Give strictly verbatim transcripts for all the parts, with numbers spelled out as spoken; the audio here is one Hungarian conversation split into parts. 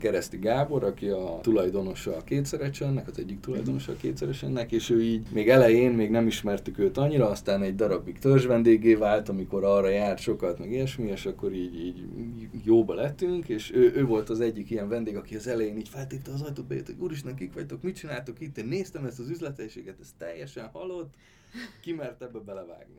Kereszti Gábor, aki a tulajdonosa a Kétszerecsennek, az egyik tulajdonosa a Kétszerecsennek, és ő így még elején még nem ismertük őt annyira, aztán egy darabig törzsvendégé vált, amikor arra járt sokat, meg ilyesmi, és akkor így, így jóba lettünk, és ő, ő volt az egyik ilyen vendég, aki az elején így feltépte az ajtót, bejött, hogy úristen, kik vagytok, mit csináltok itt, én néztem ezt az üzlethelyiséget, ez teljesen halott, ki mert ebbe belevágni.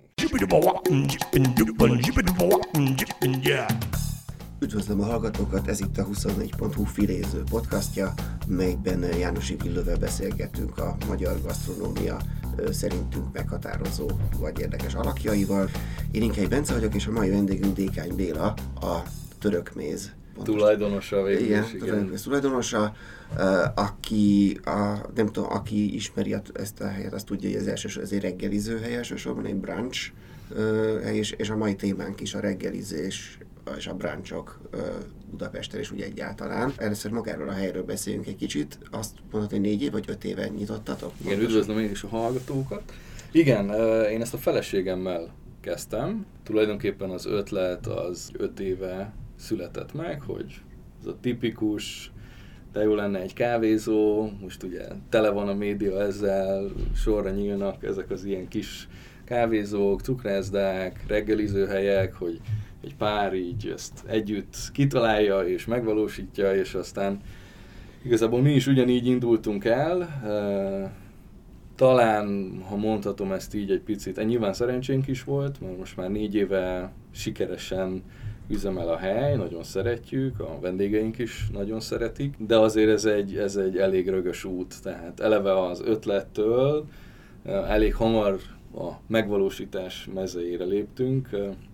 Üdvözlöm a hallgatókat, ez itt a huszonnégy pont hu filéző podcastja, melyben Jánosi Villővel beszélgetünk a magyar gasztronómia szerintünk meghatározó vagy érdekes alakjaival. Én Inkei Bence vagyok, és a mai vendégünk Dékány Béla, a Törökméz tulajdonosa végül igen, is, igen. Törökméz tulajdonosa, aki, a, nem tudom, aki ismeri ezt a helyet, azt tudja, hogy ez első, ez egy reggeliző hely, elsősorban egy brunch hely, és, és a mai témánk is a reggelizés és a brunchok Budapesten és úgy egyáltalán. Először magáról a helyről beszéljünk egy kicsit. Azt mondod, hogy négy év vagy öt éve nyitottatok? Igen, üdvözlöm én is a hallgatókat. Igen, én ezt a feleségemmel kezdtem. Tulajdonképpen az ötlet az öt éve született meg, hogy ez a tipikus, de jó lenne egy kávézó, most ugye tele van a média ezzel, sorra nyílnak ezek az ilyen kis kávézók, cukrászdák, reggelizőhelyek, hogy egy pár így ezt együtt kitalálja és megvalósítja, és aztán igazából mi is ugyanígy indultunk el. Talán, ha mondhatom ezt így egy picit, nyilván szerencsénk is volt, mert most már négy éve sikeresen üzemel a hely, nagyon szeretjük, a vendégeink is nagyon szeretik, de azért ez egy, ez egy elég rögös út, tehát eleve az ötlettől elég hamar a megvalósítás mezeire léptünk,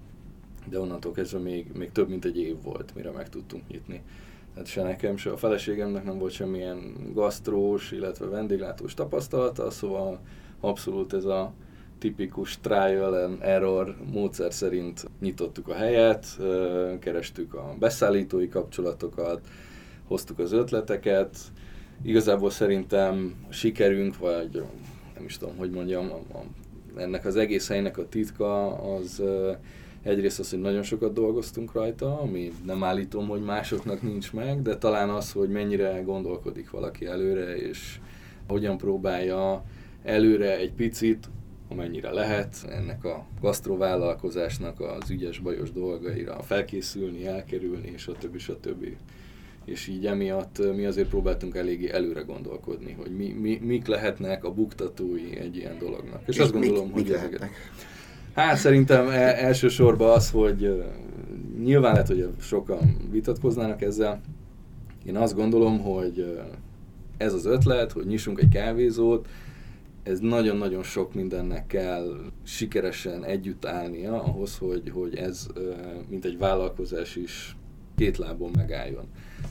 de onnantól kezdve még, még több mint egy év volt, mire meg tudtunk nyitni. Tehát se nekem, se a feleségemnek nem volt semmilyen gasztrós, illetve vendéglátós tapasztalata, szóval abszolút ez a tipikus trial and error módszer szerint nyitottuk a helyet, kerestük a beszállítói kapcsolatokat, hoztuk az ötleteket. Igazából szerintem a sikerünk, vagy nem is tudom, hogy mondjam, a, a, ennek az egész helynek a titka az egyrészt az, hogy nagyon sokat dolgoztunk rajta, ami nem állítom, hogy másoknak nincs meg, de talán az, hogy mennyire gondolkodik valaki előre, és hogyan próbálja előre egy picit, amennyire lehet, ennek a gasztrovállalkozásnak az ügyes-bajos dolgaira felkészülni, elkerülni, és a többi, és a többi. És így emiatt mi azért próbáltunk eléggé előre gondolkodni, hogy mi, mi, mik lehetnek a buktatói egy ilyen dolognak. És, és azt gondolom, mik, hogy mik ezeket... lehetnek? Hát szerintem elsősorban az, hogy uh, nyilván lehet, hogy sokan vitatkoznának ezzel. Én azt gondolom, hogy uh, ez az ötlet, hogy nyissunk egy kávézót, ez nagyon-nagyon sok mindennek kell sikeresen együtt állnia ahhoz, hogy, hogy ez uh, mint egy vállalkozás is két lábon megálljon.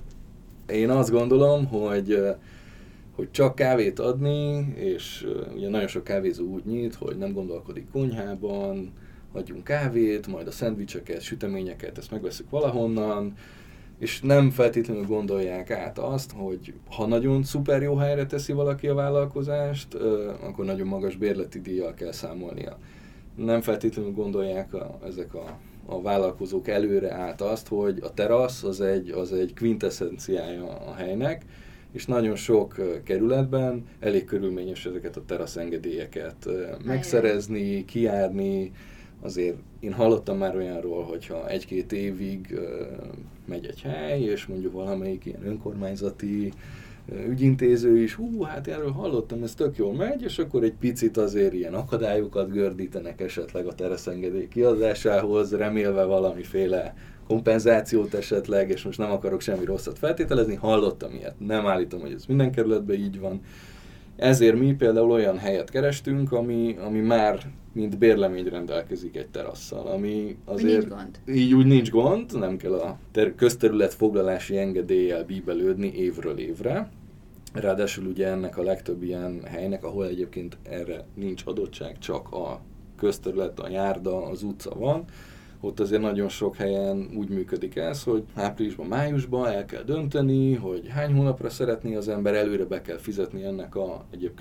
Én azt gondolom, hogy uh, hogy csak kávét adni, és uh, ugye nagyon sok kávézó úgy nyit, hogy nem gondolkodik konyhában, adjunk kávét, majd a szendvicseket, süteményeket, ezt megveszünk valahonnan, és nem feltétlenül gondolják át azt, hogy ha nagyon szuper jó helyre teszi valaki a vállalkozást, uh, akkor nagyon magas bérleti díjjal kell számolnia. Nem feltétlenül gondolják a, ezek a, a vállalkozók előre át azt, hogy a terasz az egy, az egy quintessenciája a helynek, és nagyon sok kerületben elég körülményes ezeket a teraszengedélyeket megszerezni, kijárni. Azért én hallottam már olyanról, hogyha egy-két évig uh, megy egy hely, és mondjuk valamelyik ilyen önkormányzati uh, ügyintéző is, hú, hát erről hallottam, ez tök jól megy, és akkor egy picit azért ilyen akadályokat gördítenek esetleg a teraszengedély kiadásához, remélve valamiféle kompenzációt esetleg, és most nem akarok semmi rosszat feltételezni, hallottam ilyet. Nem állítom, hogy ez minden kerületben így van. Ezért mi például olyan helyet kerestünk, ami, ami már mint bérlemény rendelkezik egy terasszal, ami azért így úgy nincs gond, nem kell a ter- közterület foglalási engedéllyel bíbelődni évről évre. Ráadásul ugye ennek a legtöbb ilyen helynek, ahol egyébként erre nincs adottság, csak a közterület, a járda, az utca van, ott azért nagyon sok helyen úgy működik ez, hogy áprilisban, májusban el kell dönteni, hogy hány hónapra szeretné az ember, előre be kell fizetni ennek a egyébként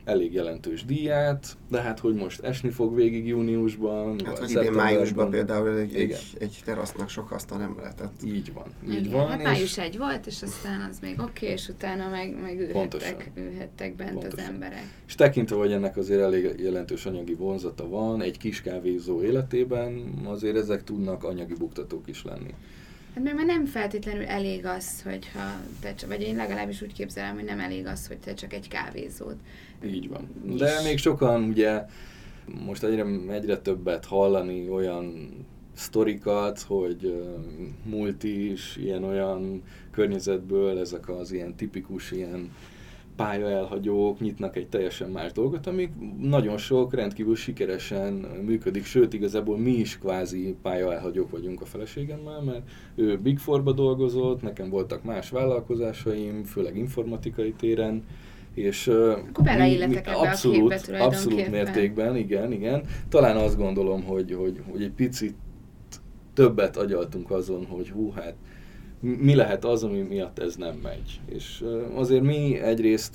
elég jelentős díját, de hát hogy most esni fog végig júniusban, hát, vagy idén májusban például egy, egy, egy terasznak sok asztal nem lehetett. Így van, így Igen, van. Hát május egy volt, és aztán az még oké, okay, és utána meg, meg ülhettek, ülhettek bent pontosan. Az emberek. És tekintve, hogy ennek azért elég jelentős anyagi vonzata van, egy kis kávézó életében azért ezek tudnak anyagi buktatók is lenni. Hát mert már nem feltétlenül elég az, hogyha te csak, vagy én legalábbis úgy képzelem, hogy nem elég az, hogy te csak egy kávézót. Így van. De is. Még sokan ugye most egyre, egyre többet hallani olyan sztorikat, hogy uh, multis, ilyen-olyan környezetből ezek az ilyen tipikus ilyen pályaelhagyók nyitnak egy teljesen más dolgot, amik nagyon sok rendkívül sikeresen működik, sőt igazából mi is kvázi pályaelhagyók vagyunk a feleségemmel, mert ő Big Four-ba dolgozott, nekem voltak más vállalkozásaim, főleg informatikai téren, és akkor beleilletek ebbe abszolút, a képbe tulajdonképpen. Abszolút mértékben, igen, igen. Talán azt gondolom, hogy, hogy, hogy egy picit többet agyaltunk azon, hogy hú, hát mi lehet az, ami miatt ez nem megy. És azért mi egyrészt,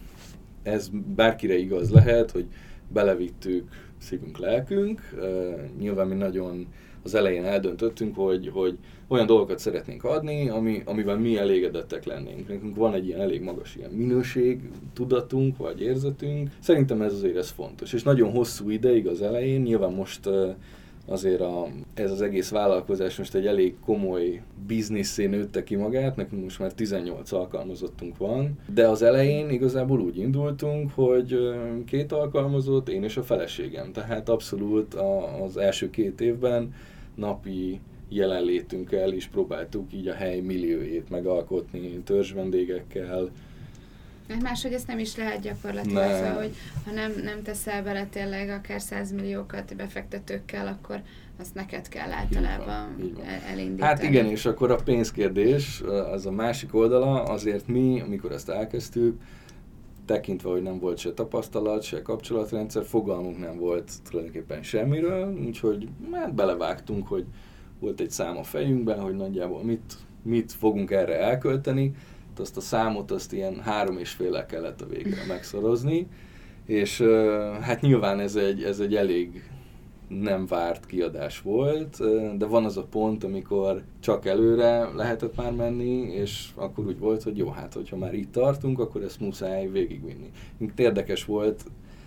ez bárkire igaz lehet, hogy belevittük szívünk, lelkünk. Nyilván mi nagyon az elején eldöntöttünk, hogy, hogy olyan dolgokat szeretnénk adni, ami, amivel mi elégedettek lennénk. Nekünk van egy ilyen elég magas ilyen minőség, tudatunk vagy érzetünk. Szerintem ez azért ez fontos. És nagyon hosszú ideig az elején, nyilván most azért a, ez az egész vállalkozás most egy elég komoly bizniszé nőtte ki magát, nekünk most már tizennyolc alkalmazottunk van, de az elején igazából úgy indultunk, hogy két alkalmazott, én és a feleségem, tehát abszolút a, az első két évben napi jelenlétünkkel is próbáltuk így a hely milliójét megalkotni, törzsvendégekkel. Mert máshogy ezt nem is lehet gyakorlatilag, ne. Szóval, hogy ha nem, nem teszel bele tényleg akár százmilliókat befektetőkkel, akkor azt neked kell általában így van, így van. elindítani. Hát igen, és akkor a pénzkérdés, az a másik oldala, azért mi, amikor ezt elkezdtük, tekintve, hogy nem volt se tapasztalat, se kapcsolatrendszer, fogalmunk nem volt tulajdonképpen semmiről, úgyhogy hát belevágtunk, hogy volt egy szám a fejünkben, hogy nagyjából mit, mit fogunk erre elkölteni, azt a számot azt ilyen három és féllel kellett a végére megszorozni, és hát nyilván ez egy, ez egy elég nem várt kiadás volt, de van az a pont, amikor csak előre lehetett már menni, és akkor úgy volt, hogy jó, hát hogyha már itt tartunk, akkor ezt muszáj végigvinni. Érdekes volt,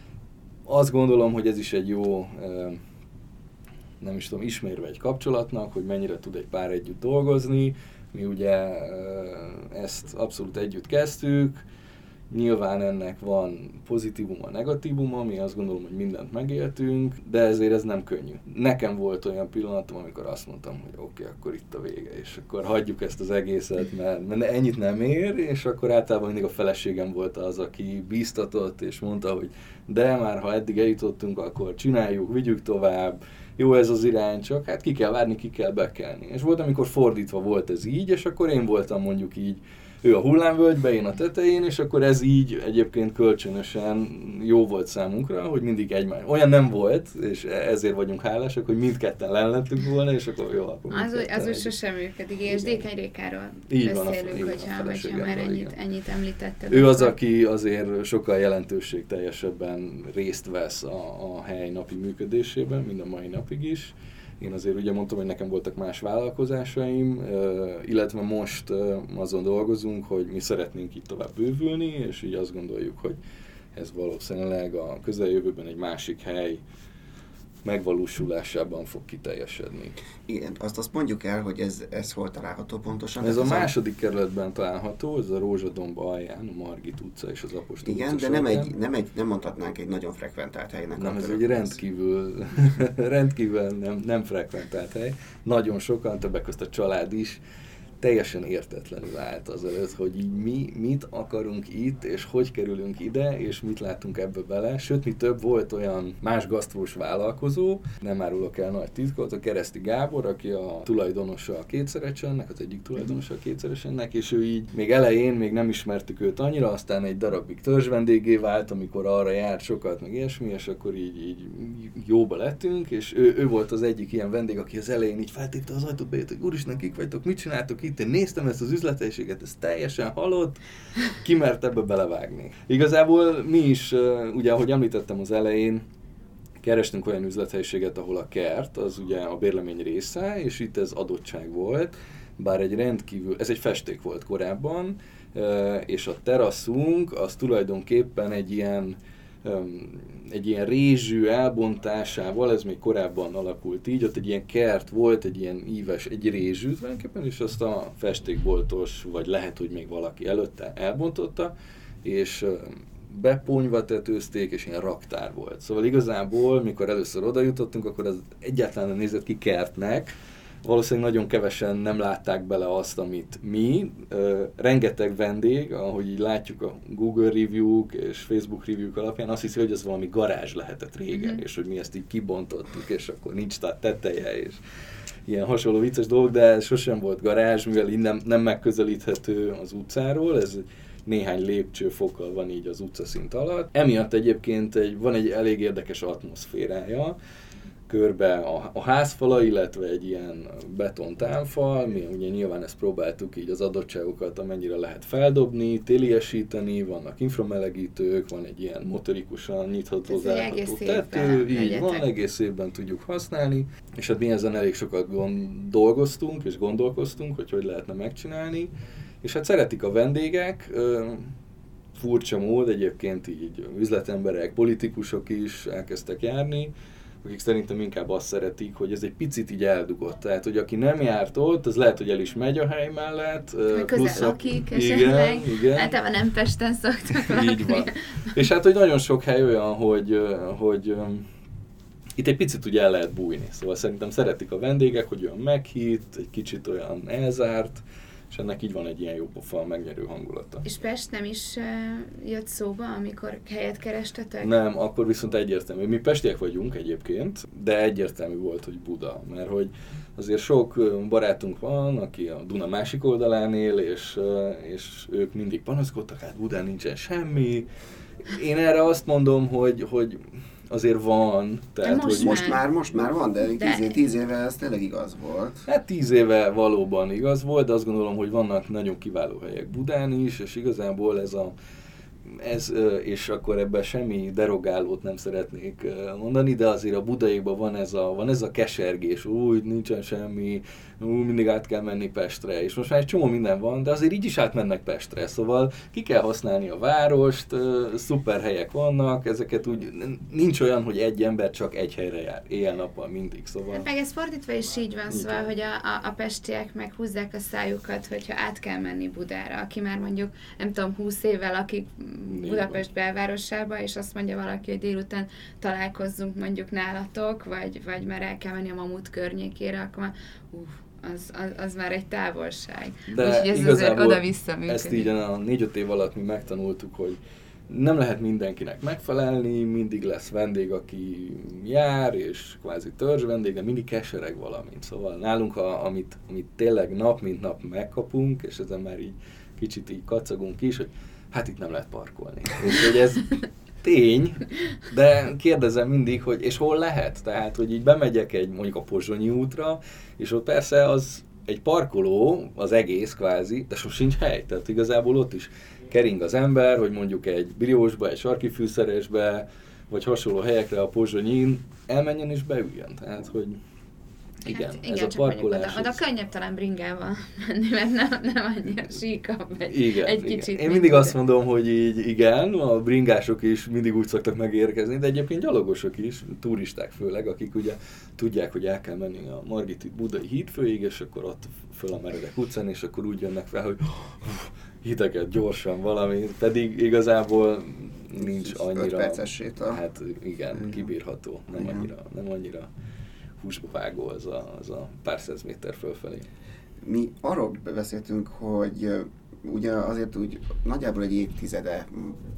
azt gondolom, hogy ez is egy jó, nem is tudom, ismérve egy kapcsolatnak, hogy mennyire tud egy pár együtt dolgozni. Mi ugye ezt abszolút együtt kezdtük, nyilván ennek van pozitívuma, negatívuma, mi azt gondolom, hogy mindent megéltünk, de ezért ez nem könnyű. Nekem volt olyan pillanatom, amikor azt mondtam, hogy oké, okay, akkor itt a vége, és akkor hagyjuk ezt az egészet, mert, mert ennyit nem ér, és akkor általában mindig a feleségem volt az, aki bíztatott, és mondta, hogy de már ha eddig eljutottunk, akkor csináljuk, vigyük tovább, jó ez az irány, csak hát ki kell várni, ki kell bekelni. És volt, amikor fordítva volt ez így, és akkor én voltam mondjuk így, ő a hullámvölgyben, én a tetején, és akkor ez így egyébként kölcsönösen jó volt számunkra, hogy mindig egymás. Olyan nem volt, és ezért vagyunk hálásak, hogy mindketten lennettünk volna, és akkor jó, akkor Az, úgy, az úgy sosem működik, és Dékeny Rékáról beszélünk, hogyha, hogyha már ennyit, ennyit említetted. Ő az, aki azért sokkal jelentőségteljesebben részt vesz a, a hely napi működésében, mind a mai napig is. Én azért ugye mondtam, hogy nekem voltak más vállalkozásaim, illetve most azon dolgozunk, hogy mi szeretnénk itt tovább bővülni, és így azt gondoljuk, hogy ez valószínűleg a közeljövőben egy másik hely megvalósulásában fog kiteljesedni. Igen, azt, azt mondjuk el, hogy ez, ez hol található pontosan. Ez a második kerületben található, ez a Rózsadomb alján, a Margit utca és az Apostol utca. Igen, de nem, egy, nem, egy, nem mondhatnánk egy nagyon frekventált helynek. Nem, ez egy rendkívül, rendkívül nem, nem frekventált hely. Nagyon sokan, többek közt a család is, teljesen értetlenül állt azelőtt, hogy így mi mit akarunk itt, és hogy kerülünk ide, és mit látunk ebbe bele. Sőt, mi több volt olyan más gasztrós vállalkozó, nem árulok el nagy titkot, a Kereszti Gábor, aki a tulajdonosa a Kétszerecsennek, az egyik tulajdonosa a Kétszeresennek, és ő így még elején még nem ismertük őt annyira, aztán egy darabig törzsvendégé vált, amikor arra járt sokat, meg ilyesmi, és akkor így, így jóba lettünk, és ő, ő volt az egyik ilyen vendég, aki az elején így feltépte az ajtót, bejött, hogy úristen, kik vagytok, mit csináltok itt én néztem ezt az üzlethelyiséget, ez teljesen halott, ki mert ebbe belevágni. Igazából mi is, ugye ahogy említettem az elején, kerestünk olyan üzlethelyiséget, ahol a kert, az ugye a bérlemény része, és itt ez adottság volt, bár egy rendkívül, ez egy festék volt korábban, és a teraszunk az tulajdonképpen egy ilyen, egy ilyen rézsű elbontásával, ez még korábban alakult így, ott egy ilyen kert volt, egy ilyen íves, egy rézsű tulajdonképpen, és azt a festékboltos, vagy lehet, hogy még valaki előtte elbontotta, és beponyva tetőzték, és ilyen raktár volt. Szóval igazából, mikor először oda jutottunk, akkor az egyáltalán nem nézett ki kertnek, valószínűleg nagyon kevesen nem látták bele azt, amit mi. Uh, rengeteg vendég, ahogy így látjuk a Google review-k és Facebook review-k alapján, azt hiszi, hogy ez valami garázs lehetett régen, mm-hmm. és hogy mi ezt így kibontottuk, és akkor nincs teteje, és ilyen hasonló vicces dolgok, de sosem volt garázs, mivel így nem, nem megközelíthető az utcáról, ez néhány lépcsőfokkal van így az utcaszint alatt. Emiatt egyébként egy, van egy elég érdekes atmoszférája, körbe a, a házfala, illetve egy ilyen betontámfal, mi ugye nyilván ezt próbáltuk így az adottságokat amennyire lehet feldobni, téliesíteni, vannak inframelegítők, van egy ilyen motorikusan nyitható, zárható tető, így van, egész évben tudjuk használni, és hát mi ezen elég sokat gond, dolgoztunk és gondolkoztunk, hogy hogy lehetne megcsinálni, és hát szeretik a vendégek, furcsa mód, egyébként így üzletemberek, politikusok is elkezdtek járni, akik szerintem inkább azt szeretik, hogy ez egy picit így eldugott. Tehát, hogy aki nem járt ott, az lehet, hogy el is megy a hely mellett. Közel lakik esetleg. Igen. Általában nem Pesten szoktak lakni. Így van. És hát, hogy nagyon sok hely olyan, hogy, hogy itt egy picit ugye el lehet bújni. Szóval szerintem szeretik a vendégek, hogy olyan meghitt, egy kicsit olyan elzárt, és ennek így van egy ilyen jópofa, megnyerő hangulata. És Pest nem is uh, jött szóba, amikor helyet kerestetek? Nem, akkor viszont egyértelmű. Mi pestiek vagyunk egyébként, de egyértelmű volt, hogy Buda, mert hogy azért sok barátunk van, aki a Duna másik oldalán él, és, és ők mindig panaszkodtak, hát Budán nincsen semmi. Én erre azt mondom, hogy, hogy azért van. Tehát, most, hogy most már, most már van, de, de... Tíz, tíz éve ez tényleg igaz volt. Hát tíz éve valóban igaz volt, de azt gondolom, hogy vannak nagyon kiváló helyek Budán is, és igazából ez a ez, és akkor ebben semmi derogálót nem szeretnék mondani, de azért a budaiakban van ez a, van ez a kesergés, úgy nincsen semmi, úgy mindig át kell menni Pestre, és most már egy csomó minden van, de azért így is átmennek Pestre, szóval ki kell használni a várost, szuper helyek vannak, ezeket úgy, nincs olyan, hogy egy ember csak egy helyre jár, éjjel-nappal mindig, szóval. Hát meg ez fordítva is így van, így szóval, van. hogy a, a, a pestiek meg húzzák a szájukat, hogyha át kell menni Budára, aki már mondjuk, nem tudom, húsz évvel lakik Budapest belvárosába, és azt mondja valaki, hogy délután találkozzunk mondjuk nálatok, vagy, vagy már el kell menni a Mamut környékére, akkor már, uff, az, az, az már egy távolság. De úgyhogy ez azért oda-vissza működik. Ezt így a négy-öt év alatt mi megtanultuk, hogy nem lehet mindenkinek megfelelni, mindig lesz vendég, aki jár, és kvázi törzs vendég, de mindig kesereg valamint. Szóval nálunk, a, amit, amit tényleg nap mint nap megkapunk, és ezen már így kicsit így kacagunk is, hogy hát itt nem lehet parkolni. Úgyhogy ez tény, de kérdezem mindig, hogy és hol lehet? Tehát, hogy így bemegyek egy mondjuk a Pozsonyi útra, és ott persze az egy parkoló, az egész kvázi, de sosincs hely. Tehát igazából ott is kering az ember, hogy mondjuk egy Briósba, egy sarkifűszeresbe, vagy hasonló helyekre a Pozsonyin elmenjen és beüljön. Tehát, hogy igen, hát igen, ez a parkolás. Oda, oda könnyebb talán bringával menni, mert nem, nem annyira síkabb egy, igen, egy igen. kicsit. Én mindig azt mondom, hogy így igen, a bringások is mindig úgy szoktak megérkezni, de egyébként gyalogosok is, turisták főleg, akik ugye tudják, hogy el kell menni a Margit Budai hídfőig, és akkor ott föl a Meredek utcán, és akkor úgy jönnek fel, hogy hideget gyorsan valami, pedig igazából nincs annyira... öt perces séta. Hát igen, mm. kibírható, nem igen. annyira, nem annyira húsba vágó az a, az a pár száz méter fölfelé. Mi arról beszéltünk, hogy ugye azért úgy nagyjából egy évtizede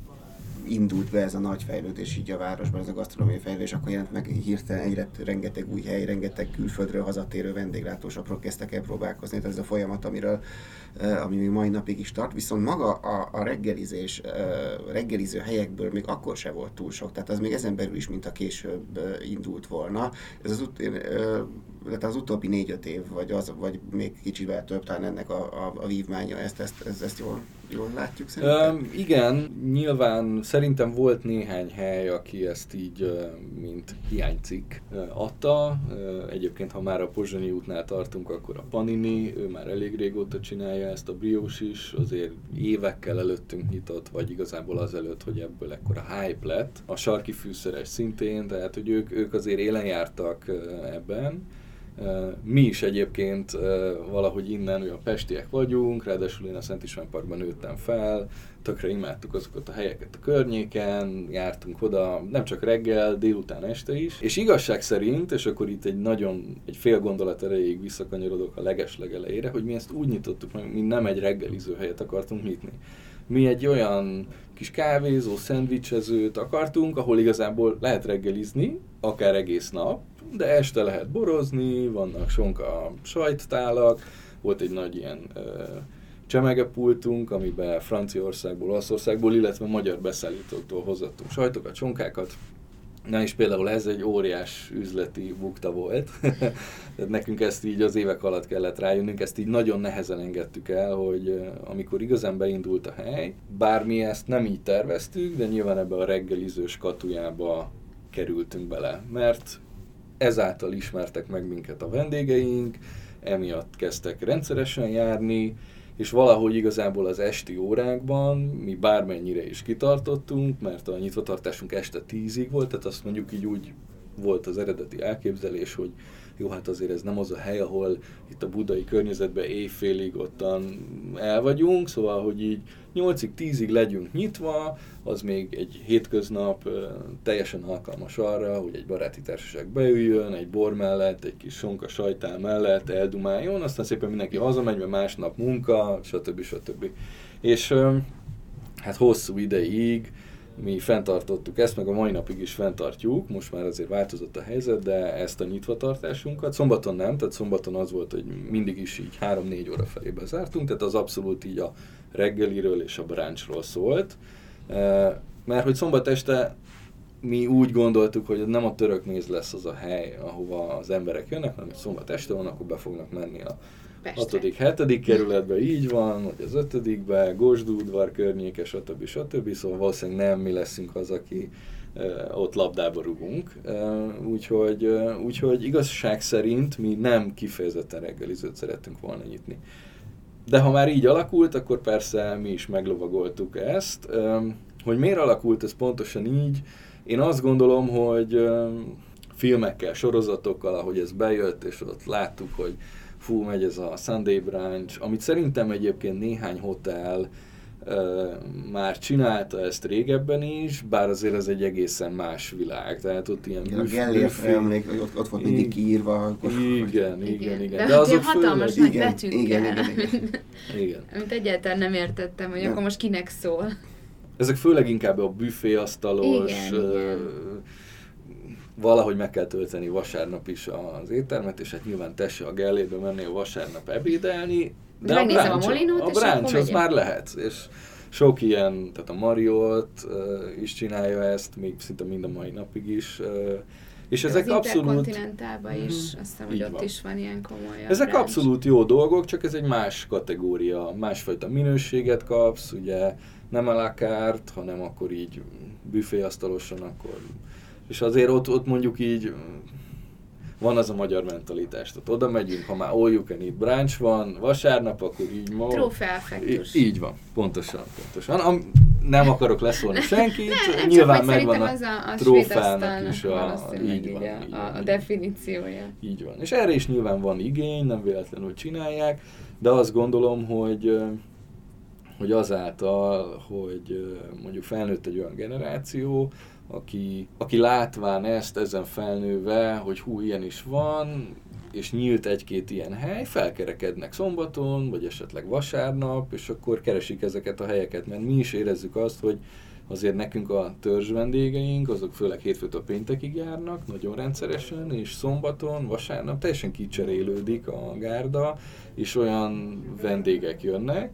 indult be ez a nagy fejlődés így a városban, ez a gasztronómiai fejlődés, akkor jelent meg hirtelen egyre rengeteg új hely, rengeteg külföldről hazatérő vendéglátósokról kezdtek el próbálkozni, tehát ez a folyamat, amiről, ami még mai napig is tart, viszont maga a, a reggelizés, reggeliző helyekből még akkor se volt túl sok, tehát az még ezen belül is, mint a később indult volna. Ez az ut- az utóbbi négy-öt év, vagy, az, vagy még kicsivel több, talán ennek a, a, a vívmánya, ezt, ezt, ezt, ezt jól, jól látjuk szerintem? Um, igen, nyilván szerintem volt néhány hely, aki ezt így, mint hiánycikk adta. Egyébként, ha már a Pozsonyi útnál tartunk, akkor a Panini, ő már elég régóta csinálja ezt, a Brioche is, azért évekkel előttünk nyitott, vagy igazából azelőtt, hogy ebből ekkora hype lett. A Sarki Fűszeres szintén, tehát hogy ők, ők azért élen jártak ebben. Mi is egyébként valahogy innen, mi a pestiek vagyunk, ráadásul én a Szent István Parkban nőttem fel, tökre imádtuk azokat a helyeket a környéken, jártunk oda, nem csak reggel, délután, este is. És igazság szerint, és akkor itt egy nagyon, egy fél gondolat erejéig visszakanyarodok a legeslegelejére, hogy mi ezt úgy nyitottuk meg, mi nem egy reggeliző helyet akartunk nyitni. Mi egy olyan kis kávézó, szendvicsezőt akartunk, ahol igazából lehet reggelizni, akár egész nap, de este lehet borozni, vannak sonka sajttálak, volt egy nagy ilyen ö, csemegepultunk, amiben Franciaországból, Olaszországból, illetve magyar beszállítóktól hozottunk sajtokat, sonkákat. Na és például ez egy óriás üzleti bukta volt. Tehát nekünk ezt így az évek alatt kellett rájönnünk, ezt így nagyon nehezen engedtük el, hogy amikor igazán beindult a hely, bár mi ezt nem így terveztük, de nyilván ebbe a reggelizős katujába kerültünk bele, mert ezáltal ismertek meg minket a vendégeink, emiatt kezdtek rendszeresen járni, és valahogy igazából az esti órákban mi bármennyire is kitartottunk, mert a nyitvatartásunk este tízig volt, tehát azt mondjuk így úgy volt az eredeti elképzelés, hogy jó, hát azért ez nem az a hely, ahol itt a budai környezetben éjfélig ottan el vagyunk, szóval, hogy így nyolcig, tízig legyünk nyitva, az még egy hétköznap teljesen alkalmas arra, hogy egy baráti társaság beüljön, egy bor mellett, egy kis sonka sajtál mellett eldumáljon, aztán szépen mindenki hazamegy, mert másnap munka, stb. stb. És hát hosszú ideig mi fenntartottuk ezt, meg a mai napig is fenntartjuk, most már azért változott a helyzet, de ezt a nyitvatartásunkat. Szombaton nem, tehát szombaton az volt, hogy mindig is így három-négy óra felé bezártunk, tehát az abszolút így a reggeliről és a brunchról szólt. Mert hogy szombat este mi úgy gondoltuk, hogy nem a Törökméz lesz az a hely, ahova az emberek jönnek, hanem hogy szombat este van, akkor be fognak menni a hatodik, hetedik kerületbe, így van, vagy az ötödikbe, Gosdúdvar környéke, stb. stb. Szóval valószínűleg nem mi leszünk az, aki uh, ott labdába rugunk. Uh, úgyhogy, uh, úgyhogy igazság szerint mi nem kifejezetten reggelizőt szerettünk volna nyitni. De ha már így alakult, akkor persze mi is meglovagoltuk ezt. Uh, hogy miért alakult ez pontosan így? Én azt gondolom, hogy uh, filmekkel, sorozatokkal, ahogy ez bejött, és ott láttuk, hogy fú, megy ez a Sunday Brunch, amit szerintem egyébként néhány hotel uh, már csinálta ezt régebben is, bár azért ez egy egészen más világ, tehát ott ilyen büfé... Igen, a Gellértre emlék, hogy ott, ott volt mindig kiírva. Akkor... Igen, igen, igen, igen. De, de azok hatalmas nagy igen, betűkkel. Igen, igen, igen. igen. Amit egyáltalán nem értettem, hogy nem. Akkor most kinek szól. Ezek főleg inkább a büféasztalos, igen, uh, igen. valahogy meg kell tölteni vasárnap is az éttermet, és hát nyilván tesse a Gellérbe menni a vasárnap ebédelni, de, de a brunch, a, Molinót, a brunch az már lehet, és sok ilyen, tehát a Marriott uh, is csinálja ezt, még szinte minden mai napig is, uh, és de ezek az abszolút... Interkontinentálban is, azt hiszem, hogy ott van. is van ilyen komoly. Ezek brunch. abszolút jó dolgok, csak ez egy más kategória, másfajta minőséget kapsz, ugye nem à la carte, hanem akkor így büféasztalosan, akkor... És azért ott, ott mondjuk így van az a magyar mentalitás, tehát oda megyünk, ha már all you can eat brunch van, vasárnap, akkor így ma... Trófeaeffektus. Így van, pontosan, pontosan. Am, nem akarok leszólni senkit, ne, nem, nyilván csak megvan a, az a, a trófának is a, a, így így van, a, így a, van, a definíciója. Így van, és erre is nyilván van igény, nem véletlenül csinálják, de azt gondolom, hogy hogy azáltal, hogy mondjuk felnőtt egy olyan generáció, aki, aki látván ezt, ezen felnőve, hogy hú, ilyen is van, és nyílt egy-két ilyen hely, felkerekednek szombaton, vagy esetleg vasárnap, és akkor keresik ezeket a helyeket, mert mi is érezzük azt, hogy azért nekünk a törzs vendégeink, azok főleg hétfőtől péntekig járnak, nagyon rendszeresen, és szombaton, vasárnap teljesen kicserélődik a gárda, és olyan vendégek jönnek,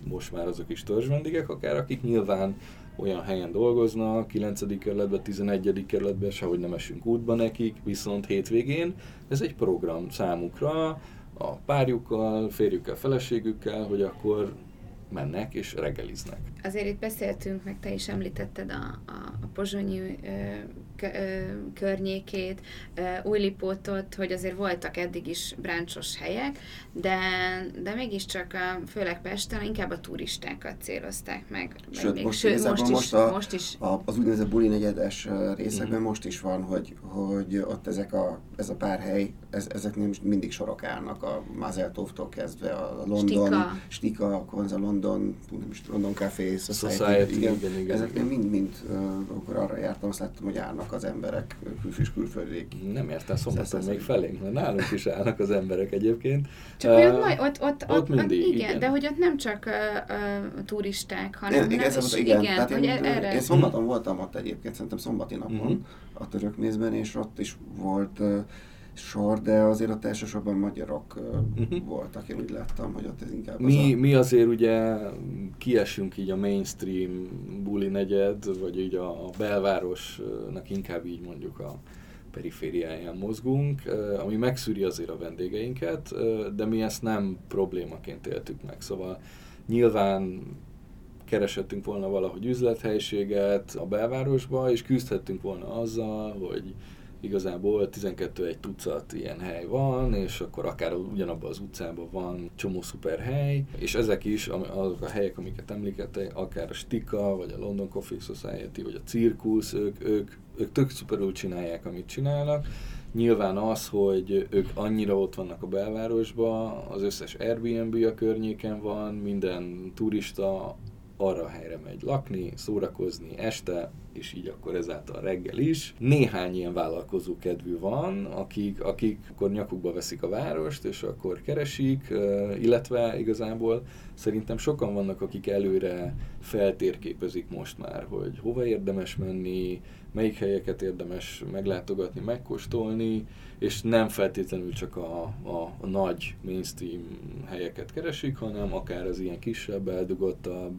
most már azok is törzsvendégek, akár akik nyilván olyan helyen dolgoznak, kilencedik kerületben, tizenegyedik kerületben, sehogy nem esünk útba nekik, viszont hétvégén ez egy program számukra, a párjukkal, férjükkel, feleségükkel, hogy akkor mennek és reggeliznek. Azért itt beszéltünk, meg te is említetted a, a, a pozsonyi ö, kö, ö, környékét, ö, Újlipótot, hogy azért voltak eddig is bráncsos helyek, de, de mégiscsak a, főleg Pesten inkább a turistákat célozták meg. Sőt, még, most, sőt, most, most, is, a, most is. A, az úgynevezett buli negyedes részekben Mm. most is van, hogy, hogy ott ezek a, ez a pár hely, ez, ezeknél mindig sorok állnak, a Mazeltovtól kezdve a London, Stika, Stika Konza, London, nem is London Café, Society, Society, igen, igen, igen, ezeknél igen. mind-mind, uh, amikor arra jártam, azt láttam, hogy állnak az emberek, külfős külföldiek. Nem értem szombaton Szesz- még felénk, mert nálunk is állnak az emberek egyébként. csak Uh, uh, majd, ott, ott, ott mindig, igen, igen. de hogy ott nem csak uh, uh, turisták, hanem Igen, nem, igen, és igen, igen, tehát hogy én, erre... én szombaton voltam ott egyébként, szerintem szombati napon Mhm. a Törökmézben, és ott is volt uh, sor, de azért ott elsősorban magyarok uh, Mhm. voltak, én úgy láttam, hogy ott ez inkább Mi, az mi azért ugye kiesünk így a mainstream buli negyed, vagy így a, a belvárosnak inkább így mondjuk a perifériáján mozgunk, ami megszűri azért a vendégeinket, de mi ezt nem problémaként éltük meg. Szóval nyilván keresettünk volna valahogy üzlethelyiséget a belvárosba, és küzdhettünk volna azzal, hogy igazából tizenkettő egy tucat ilyen hely van, és akkor akár ugyanabban az utcában van csomó szuper hely, és ezek is azok a helyek, amiket említettek, akár a Stika, vagy a London Coffee Society, vagy a Cirkusz, ők, ők, ők tök szuperül csinálják, amit csinálnak. Nyilván az, hogy ők annyira ott vannak a belvárosban, az összes Airbnb a környéken van, minden turista arra a helyre megy lakni, szórakozni este, és így akkor ezáltal reggel is. Néhány ilyen vállalkozó kedvű van, akik, akik akkor nyakukba veszik a várost, és akkor keresik, illetve igazából szerintem sokan vannak, akik előre feltérképezik most már, hogy hova érdemes menni, melyik helyeket érdemes meglátogatni, megkóstolni, és nem feltétlenül csak a, a, a nagy mainstream helyeket keresik, hanem akár az ilyen kisebb, eldugottabb,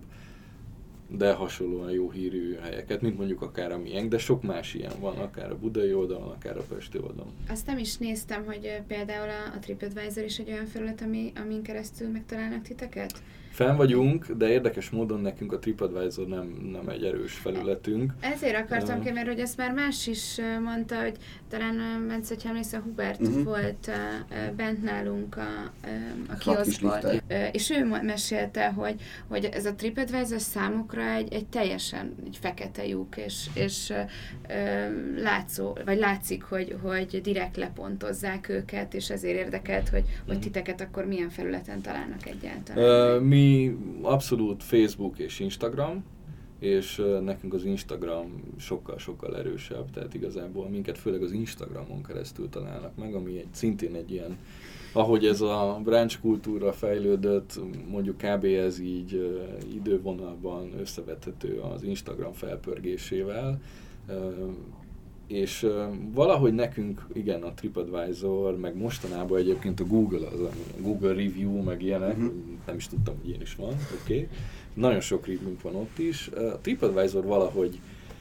de hasonlóan jó hírű helyeket, mint mondjuk akár a miénk, de sok más ilyen van, akár a budai oldalon, akár a pesti oldalon. Azt nem is néztem, hogy például a, a TripAdvisor is egy olyan felület, ami, amin keresztül megtalálnak titeket? Fenn vagyunk, de érdekes módon nekünk a TripAdvisor nem, nem egy erős felületünk. Ezért akartam Uh, kérni, hogy ezt már más is mondta, hogy talán, Bence, hogyha emlékszel, Hubert Mhm. volt uh, bent nálunk a, a Kis kioszkban, liftel. uh, és ő mesélte, hogy, hogy ez a TripAdvisor számukra egy, egy teljesen egy fekete lyuk, és, és uh, uh, látszó, vagy látszik, hogy, hogy direkt lepontozzák őket, és ezért érdekelt, hogy, hogy titeket akkor milyen felületen találnak egyáltalán. Uh, mi abszolút Facebook és Instagram, és uh, nekünk az Instagram sokkal-sokkal erősebb, tehát igazából minket főleg az Instagramon keresztül találnak meg, ami egy, szintén egy ilyen, ahogy ez a brunch kultúra fejlődött, mondjuk kb. Ez így uh, idővonalban összevethető az Instagram felpörgésével, uh, és uh, valahogy nekünk, igen, a TripAdvisor, meg mostanában egyébként a Google, az, a Google Review, meg ilyenek, Uh-huh. nem is tudtam, hogy ilyen is van, oké. Okay. Nagyon sok review van ott is. A TripAdvisor valahogy,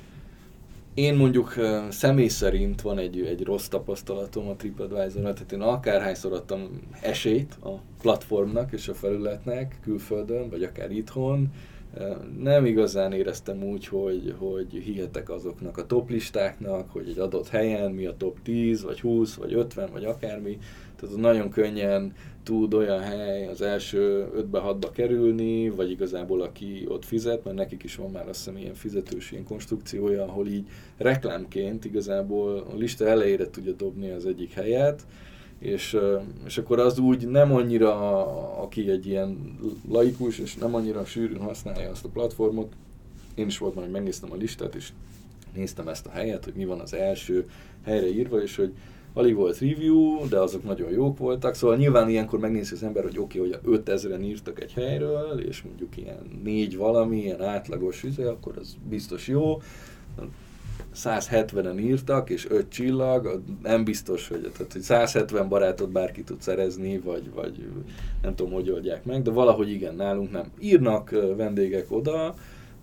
én mondjuk uh, személy szerint van egy, egy rossz tapasztalatom a TripAdvisor-ra, tehát én akárhányszor adtam esélyt a platformnak és a felületnek külföldön, vagy akár itthon, nem igazán éreztem úgy, hogy, hogy hihetek azoknak a top listáknak, hogy egy adott helyen mi a top tíz, vagy húsz, vagy ötven, vagy akármi. Tehát az nagyon könnyen tud olyan hely az első ötbe-hatba kerülni, vagy igazából aki ott fizet, mert nekik is van már azt hiszem ilyen fizetős ilyen konstrukciója, ahol így reklámként igazából a lista elejére tudja dobni az egyik helyet, És, és akkor az úgy nem annyira, aki egy ilyen laikus, és nem annyira sűrűn használja azt a platformot. Én is volt már, hogy megnéztem a listát, és néztem ezt a helyet, hogy mi van az első helyre írva, és hogy alig volt review, de azok nagyon jók voltak. Szóval nyilván ilyenkor megnézi az ember, hogy oké, okay, hogy ötezren írtak egy helyről, és mondjuk ilyen négy valami, ilyen átlagos üze, akkor az biztos jó. száz hetvenen írtak, és öt csillag, nem biztos, hogy, tehát, hogy száz hetven barátot bárki tud szerezni, vagy, vagy nem tudom, hogy oldják meg, de valahogy igen, nálunk nem. Írnak vendégek oda,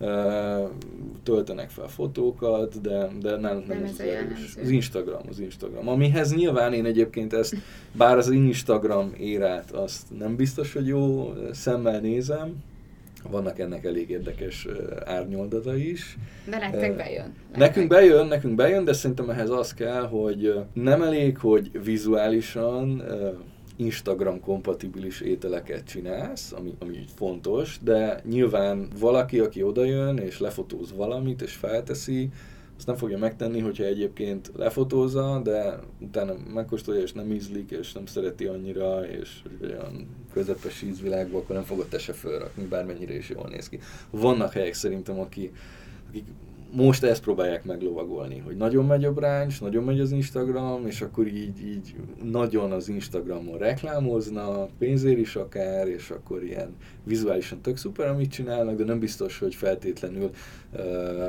töltenek fel fotókat, de, de nálunk nem, nem ez az erős. Az Instagram, az Instagram. Amihez nyilván én egyébként ezt, bár az Instagram érát, azt nem biztos, hogy jó szemmel nézem, vannak ennek elég érdekes árnyoldata is. De nektek bejön. Nekünk bejön, nekünk bejön, de szerintem ehhez az kell, hogy nem elég, hogy vizuálisan Instagram-kompatibilis ételeket csinálsz, ami, ami fontos, de nyilván valaki, aki odajön és lefotóz valamit és felteszi, azt nem fogja megtenni, hogyha egyébként lefotózza, de utána megkóstolja és nem ízlik, és nem szereti annyira, és olyan közepes ízvilágban, akkor nem fogod te se fölrakni, bármennyire is jól néz ki. Vannak helyek szerintem, akik, akik most ezt próbálják meglovagolni, hogy nagyon megy a brunch, nagyon megy az Instagram, és akkor így, így nagyon az Instagramon reklámoznak, pénzért is akár, és akkor ilyen vizuálisan tök szuper, amit csinálnak, de nem biztos, hogy feltétlenül uh,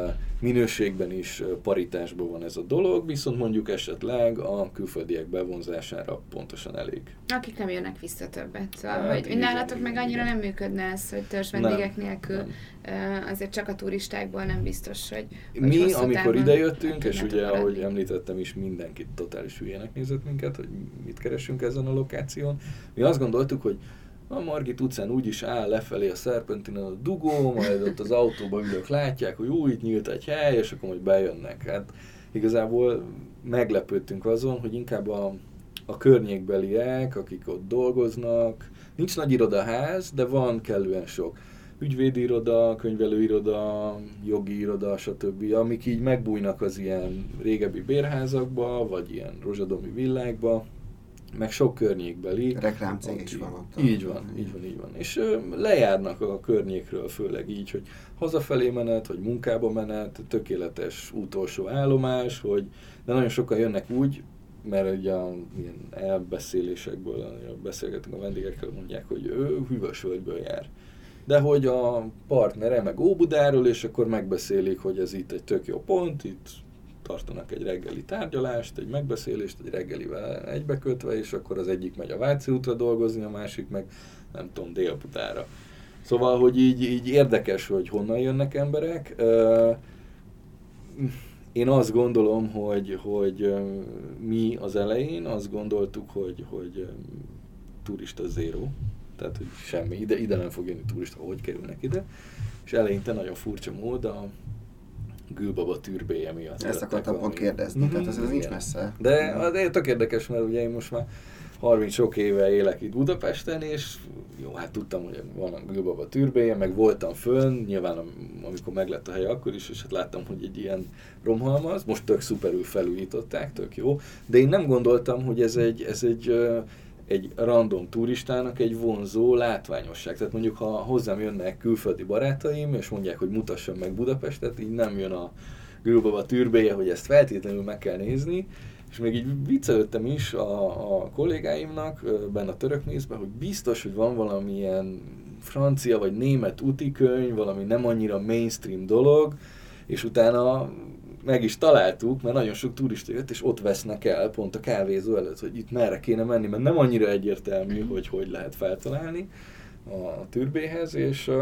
minőségben is paritásban van ez a dolog, viszont mondjuk esetleg a külföldiek bevonzására pontosan elég. Akik nem jönnek vissza többet, szóval, hát, hogy igen, nálatok igen, meg annyira igen. nem működne ez, hogy törzs vendégek nem, nélkül, nem. azért csak a turistákból nem biztos, hogy mi, amikor idejöttünk, és ugye, maradni. Ahogy említettem is, mindenkit totális hülyének nézett minket, hogy mit keresünk ezen a lokáción. Mi azt gondoltuk, hogy a Margit utcán úgyis áll lefelé a Szerpentinen a dugó, majd ott az autóban ülők látják, hogy új, itt nyílt egy hely, és akkor majd bejönnek. Hát igazából meglepődtünk azon, hogy inkább a, a környékbeliek, akik ott dolgoznak, nincs nagy irodaház, de van kellően sok ügyvédi iroda, könyvelőiroda, jogi iroda, stb., amik így megbújnak az ilyen régebbi bérházakba, vagy ilyen rozsadomi villákba, meg sok környékbeli. Reklámcég is van ott. Így van, így van, így van. És ö, lejárnak a környékről, főleg így, hogy hazafelé menet, hogy munkába menet, tökéletes utolsó állomás, hogy de nagyon sokan jönnek úgy, mert ugye a ilyen elbeszélésekből, beszélgetünk a vendégekkel, mondják, hogy ő Hűvösvölgyből jár. De hogy a partnere meg Óbudáról, és akkor megbeszélik, hogy ez itt egy tök jó pont, itt tartanak egy reggeli tárgyalást, egy megbeszélést, egy reggelivel egybekötve, és akkor az egyik megy a Váci útra dolgozni, a másik meg nem tudom, Délbudára. Szóval, hogy így, így érdekes, hogy honnan jönnek emberek. Én azt gondolom, hogy, hogy mi az elején azt gondoltuk, hogy, hogy turista zero. Tehát, hogy semmi, ide, ide nem fog jönni turista, hogy kerülnek ide. És eleinte nagyon furcsa mód a Gülbaba türbéje miatt. Ezt akartam pont kérdezni, mm-hmm. tehát ez, ez nincs messze. De, de tök érdekes, mert ugye én most már harminc sok éve élek itt Budapesten, és jó, hát tudtam, hogy van a Gülbaba türbéje, meg voltam fönn, nyilván amikor meglett a hely akkor is, és hát láttam, hogy egy ilyen romhalmaz, most tök szuperül felújították, tök jó, de én nem gondoltam, hogy ez egy, ez egy egy random turistának egy vonzó látványosság. Tehát mondjuk, ha hozzám jönnek külföldi barátaim, és mondják, hogy mutassam meg Budapestet, így nem jön a Gülbaba türbéje, hogy ezt feltétlenül meg kell nézni, és még így viccelődtem is a, a kollégáimnak benne a Törökmészben, hogy biztos, hogy van valamilyen francia vagy német útikönyv, valami nem annyira mainstream dolog, és utána meg is találtuk, mert nagyon sok turista jött, és ott vesznek el pont a kávézó előtt, hogy itt merre kéne menni, mert nem annyira egyértelmű, hogy hogy lehet feltalálni a türbéhez, és,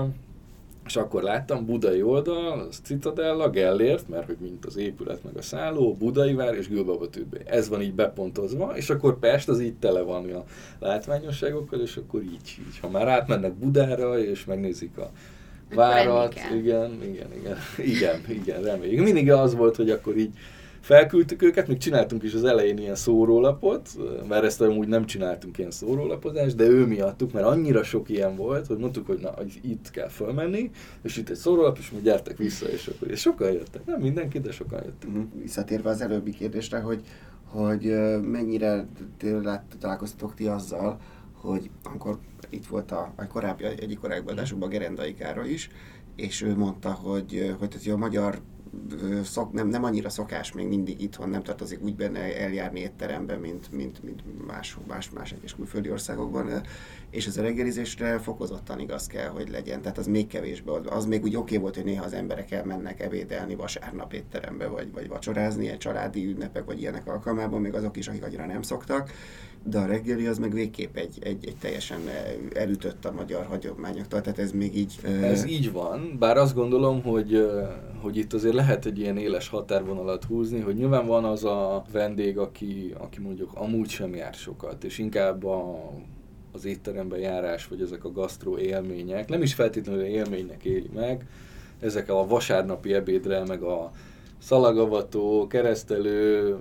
és akkor láttam budai oldal, az Citadella, Gellért, mert hogy mint az épület meg a szálló, Budai vár és Gülbaba türbé. Ez van így bepontozva, és akkor Pest az így tele van a látványosságokkal, és akkor így, így. Ha már átmennek Budára, és megnézik a várat, igen, igen, igen, igen, igen, reméljük. Mindig az volt, hogy akkor így felküldtük őket, még csináltunk is az elején ilyen szórólapot, mert ezt amúgy nem csináltunk ilyen szórólapozást, de ő miattuk, mert annyira sok ilyen volt, hogy mondtuk, hogy na, itt kell fölmenni, és itt egy szórólap, és mi gyertek vissza, és akkor és sokan jöttek. Nem mindenki, de sokan jöttek. Uh-huh. Visszatérve az előbbi kérdésre, hogy, hogy mennyire találkoztatok ti azzal, hogy amikor itt volt a, a korábbi, egyik korábbi adásokban Gerendai Károly is, és ő mondta, hogy, hogy a magyar szok, nem, nem annyira szokás még mindig itthon, nem tartozik úgy benne eljárni étterembe, mint, mint, mint más, más, más egyes külföldi országokban, és ez a reggelizésre fokozottan igaz kell, hogy legyen, tehát az még kevésbé, az még úgy oké volt, hogy néha az emberek elmennek ebédelni vasárnap étterembe, vagy, vagy vacsorázni, egy családi ünnepek, vagy ilyenek alkalmában, még azok is, akik annyira nem szoktak, de a reggeli az meg végképp egy, egy, egy teljesen elütött a magyar hagyományoktól, tehát ez még így... Ez uh... így van, bár azt gondolom, hogy, hogy itt azért lehet egy ilyen éles határvonalat húzni, hogy nyilván van az a vendég, aki, aki mondjuk amúgy sem jár sokat, és inkább a, az étteremben járás, vagy ezek a gasztró élmények, nem is feltétlenül élménynek éli meg, ezek a vasárnapi ebédre, meg a szalagavató, keresztelő,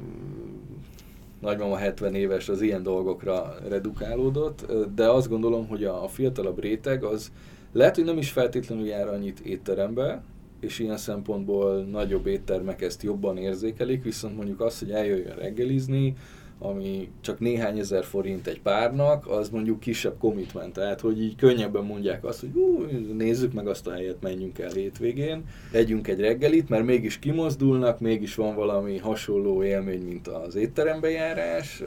nagymama hetven éves, az ilyen dolgokra redukálódott, de azt gondolom, hogy a fiatalabb réteg az lehet, hogy nem is feltétlenül jár annyit étterembe, és ilyen szempontból nagyobb éttermek ezt jobban érzékelik, viszont mondjuk az, hogy eljöjjön reggelizni, ami csak néhány ezer forint egy párnak, az mondjuk kisebb commitment, tehát hogy így könnyebben mondják azt, hogy hú, nézzük meg azt a helyet, menjünk el hétvégén, együnk egy reggelit, mert mégis kimozdulnak, mégis van valami hasonló élmény, mint az étterembe járás,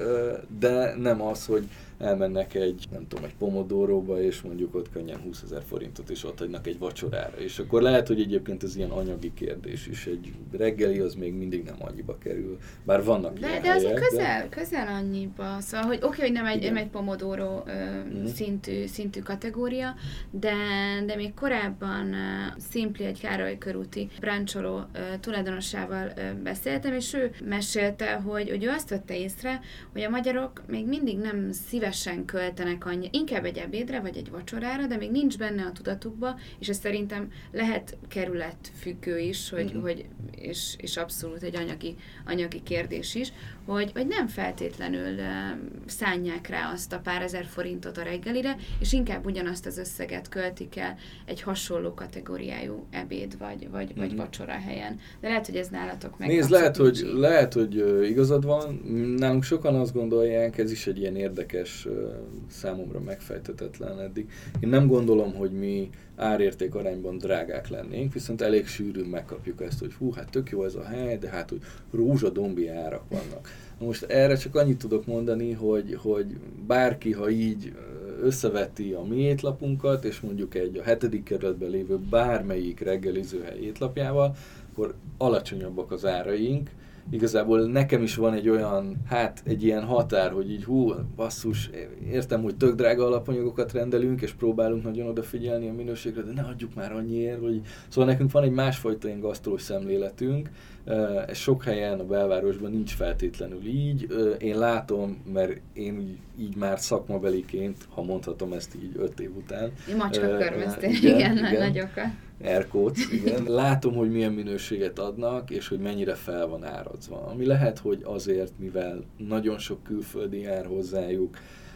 de nem az, hogy elmennek egy, nem tudom, egy Pomodoróba, és mondjuk ott könnyen húszezer forintot is ott hagynak egy vacsorára. És akkor lehet, hogy egyébként ez ilyen anyagi kérdés is. Egy reggeli az még mindig nem annyiba kerül. Bár vannak de, ilyen de azért helyek, közel, de... közel annyiba. Szóval, hogy oké, okay, hogy nem egy, nem egy Pomodoro ö, mm. szintű, szintű kategória, de, de még korábban uh, Simpli, egy Károly körúti brancsoló uh, tulajdonosával uh, beszéltem, és ő mesélte, hogy, hogy ő azt vette észre, hogy a magyarok még mindig nem szívesen költenek annyi, inkább egy ebédre, vagy egy vacsorára, de még nincs benne a tudatukba, és ez szerintem lehet kerületfüggő is, hogy, uh-huh. hogy és, és abszolút egy anyagi, anyagi kérdés is, hogy, hogy nem feltétlenül uh, szánják rá azt a pár ezer forintot a reggelire, és inkább ugyanazt az összeget költik el egy hasonló kategóriájú ebéd, vagy, vagy, uh-huh. vagy vacsora helyen. De lehet, hogy ez nálatok meg. Nézd, lehet, hogy, lehet, hogy igazad van. Nálunk sokan azt gondolják, ez is egy ilyen érdekes, számomra megfejtetetlen eddig. Én nem gondolom, hogy mi árérték arányban drágák lennénk, viszont elég sűrűn megkapjuk ezt, hogy hú, hát tök jó ez a hely, de hát, hogy rózsadombi árak vannak. Most erre csak annyit tudok mondani, hogy, hogy bárki, ha így összeveti a mi étlapunkat, és mondjuk egy a hetedik kerületben lévő bármelyik reggelizőhely étlapjával, akkor alacsonyabbak az áraink. Igazából nekem is van egy olyan, hát egy ilyen határ, hogy így hú, basszus, értem, hogy tök drága alapanyagokat rendelünk, és próbálunk nagyon odafigyelni a minőségre, de ne adjuk már annyiért, hogy... Szóval nekünk van egy másfajta ilyen gasztrós szemléletünk, ez sok helyen a belvárosban nincs feltétlenül így. Én látom, mert én így, így már szakmabeliként, ha mondhatom ezt így öt év után. Macska körmöztél, igen, igen, igen, nagyokat. Aircodes, igen. Látom, hogy milyen minőséget adnak, és hogy mennyire fel van árazva. Ami lehet, hogy azért, mivel nagyon sok külföldi jár hozzájuk,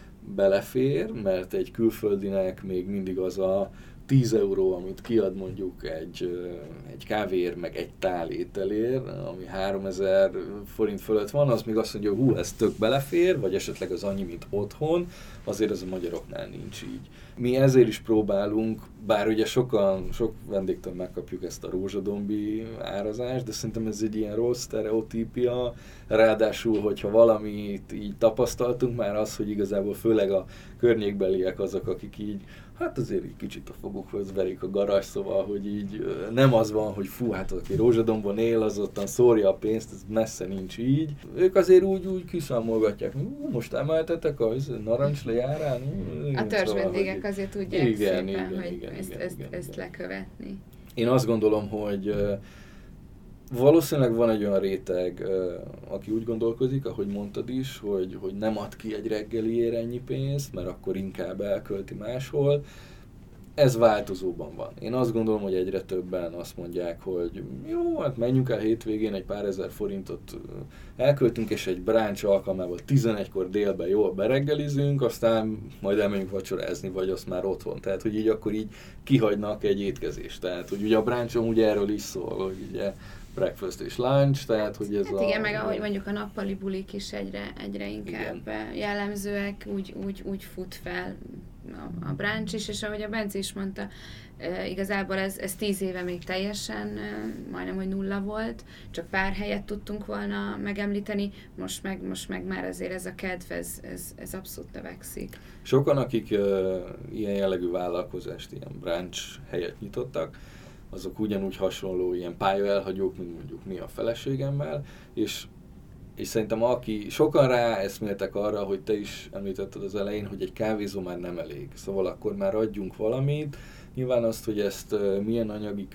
belefér, mert egy külföldinek még mindig az a tíz euró, amit kiad mondjuk egy, egy kávéért, meg egy tál ételért, ami háromezer forint fölött van, az még azt mondja, hogy hú, ez tök belefér, vagy esetleg az annyi, mint otthon, azért az a magyaroknál nincs így. Mi ezért is próbálunk, bár ugye sokan, sok vendégtől megkapjuk ezt a rózsadombi árazást, de szerintem ez egy ilyen rossz sztereotípia, ráadásul, hogyha valamit így tapasztaltunk már az, hogy igazából főleg a környékbeliek azok, akik így, hát azért egy kicsit a fogukhoz verik a garas, szóval, hogy így nem az van, hogy fú, hát aki Rózsadombon él, az ottan szórja a pénzt, ez messze nincs így. Ők azért úgy, úgy kiszámolgatják, most emeltetek a narancs lejárán? A törzsvendégek szóval, azért tudják igen, szépen, igen, hogy igen, ezt, igen, ezt, igen, ezt igen. lekövetni. Én azt gondolom, hogy valószínűleg van egy olyan réteg, aki úgy gondolkozik, ahogy mondtad is, hogy, hogy nem ad ki egy reggeliért ennyi pénzt, mert akkor inkább elkölti máshol. Ez változóban van. Én azt gondolom, hogy egyre többen azt mondják, hogy jó, hát menjünk el hétvégén, egy pár ezer forintot elköltünk, és egy brunch alkalmával tizenegykor délben jól bereggelizünk, aztán majd elmegyünk vacsorázni, vagy azt már otthon. Tehát, hogy így akkor így kihagynak egy étkezést. Tehát, hogy ugye a brunchom ugye erről is szól, hogy ugye breakfast és lunch, tehát hogy ez hát a... igen, meg ahogy mondjuk a nappali bulik is egyre, egyre inkább igen. jellemzőek, úgy, úgy, úgy fut fel a, a brunch is, és ahogy a Bence is mondta, e, igazából ez, ez tíz éve még teljesen, e, majdnem, hogy nulla volt, csak pár helyet tudtunk volna megemlíteni, most meg, most meg már azért ez a kedv, ez, ez, ez abszolút növekszik. Sokan, akik uh, ilyen jellegű vállalkozást, ilyen brunch helyet nyitottak, azok ugyanúgy hasonló ilyen pályaelhagyók, mint mondjuk mi a feleségemmel, és, és szerintem aki, sokan ráeszméltek arra, hogy te is említetted az elején, hogy egy kávézó már nem elég. Szóval akkor már adjunk valamit. Nyilván azt, hogy ezt uh, milyen anyagi